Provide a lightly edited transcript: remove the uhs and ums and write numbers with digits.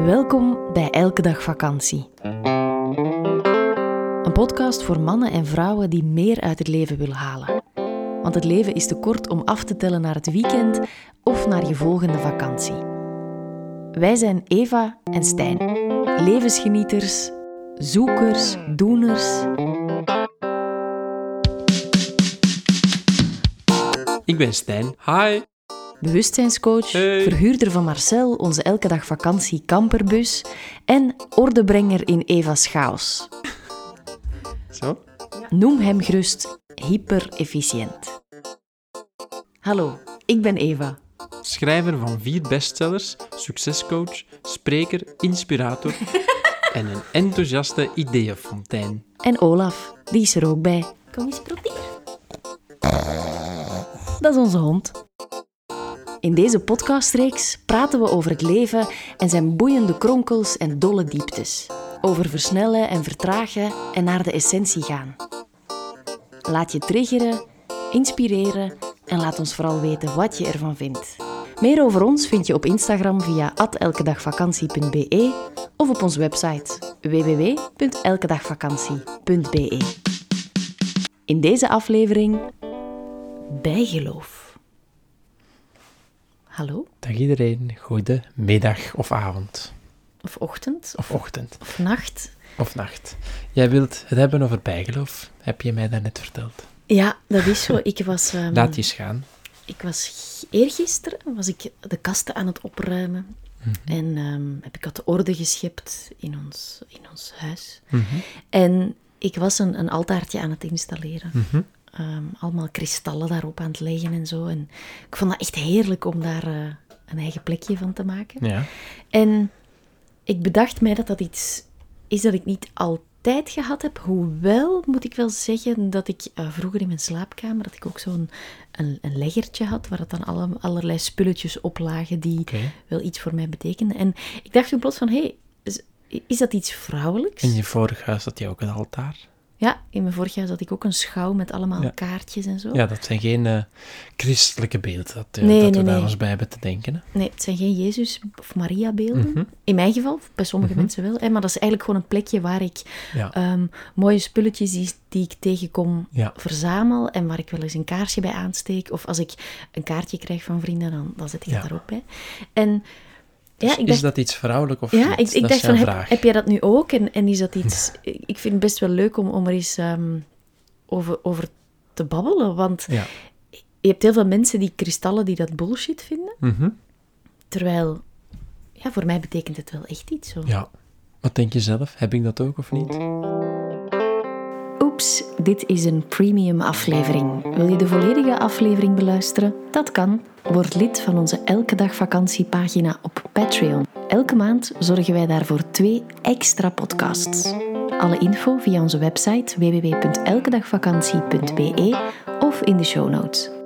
Welkom bij Elke Dag Vakantie. Een podcast voor mannen en vrouwen die meer uit het leven willen halen. Want het leven is te kort om af te tellen naar het weekend of naar je volgende vakantie. Wij zijn Eva en Stijn. Levensgenieters, zoekers, doeners. Ik ben Stijn. Hi. Bewustzijnscoach, Hey. verhuurder van Marcel, onze elke dag vakantie camperbus en ordebrenger in Eva's chaos. Zo? Noem hem gerust hyper-efficiënt. Hallo, ik ben Eva. Schrijver van 4 bestsellers, succescoach, spreker, inspirator en een enthousiaste ideeënfontein. En Olaf, die is er ook bij. Kom eens proberen. Dat is onze hond. In deze podcastreeks praten we over het leven en zijn boeiende kronkels en dolle dieptes. Over versnellen en vertragen en naar de essentie gaan. Laat je triggeren, inspireren en laat ons vooral weten wat je ervan vindt. Meer over ons vind je op Instagram via @elkedagvakantie.be of op onze website www.elkedagvakantie.be. In deze aflevering bijgeloof. Hallo? Dag iedereen, goedemiddag of avond. Of ochtend? Of ochtend. Of nacht? Of nacht. Jij wilt het hebben over bijgeloof, heb je mij daarnet verteld. Ja, dat is zo. Laat je eens gaan. Eergisteren was ik de kasten aan het opruimen. En heb ik wat orde geschept in ons huis. En ik was een altaartje aan het installeren. Allemaal kristallen daarop aan het leggen en zo. En ik vond dat echt heerlijk om daar een eigen plekje van te maken. Ja. En ik bedacht mij dat iets is dat ik niet altijd gehad heb. Hoewel, moet ik wel zeggen, dat ik vroeger in mijn slaapkamer, dat ik ook zo'n een leggertje had, waar dat dan allerlei spulletjes op lagen die wel iets voor mij betekenden. En ik dacht toen plots van, hé, is dat iets vrouwelijks? In je vorige huis had je ook een altaar. Ja, in mijn vorig jaar had ik ook een schouw met allemaal kaartjes en zo. Ja, dat zijn geen christelijke beelden dat Nee. daar ons bij hebben te denken. Hè? Nee, het zijn geen Jezus- of Maria-beelden. In mijn geval, bij sommige mensen wel. Maar dat is eigenlijk gewoon een plekje waar ik mooie spulletjes die ik tegenkom verzamel en waar ik wel eens een kaarsje bij aansteek. Of als ik een kaartje krijg van vrienden, dan zet ik dat daar ook bij. En Dus ja, ik dacht, is dat iets vrouwelijk of ja, niet? ik dacht van, heb jij dat nu ook? En is dat iets... Ja. Ik vind het best wel leuk om er eens over te babbelen, want je hebt heel veel mensen die kristallen die dat bullshit vinden. Terwijl, ja, voor mij betekent het wel echt iets. Zo. Ja. Wat denk je zelf? Heb ik dat ook of niet? Oeps, dit is een premium aflevering. Wil je de volledige aflevering beluisteren? Dat kan. Word lid van onze Elke Dag Vakantiepagina op Patreon. Elke maand zorgen wij daarvoor 2 extra podcasts. Alle info via onze website www.elkedagvakantie.be of in de show notes.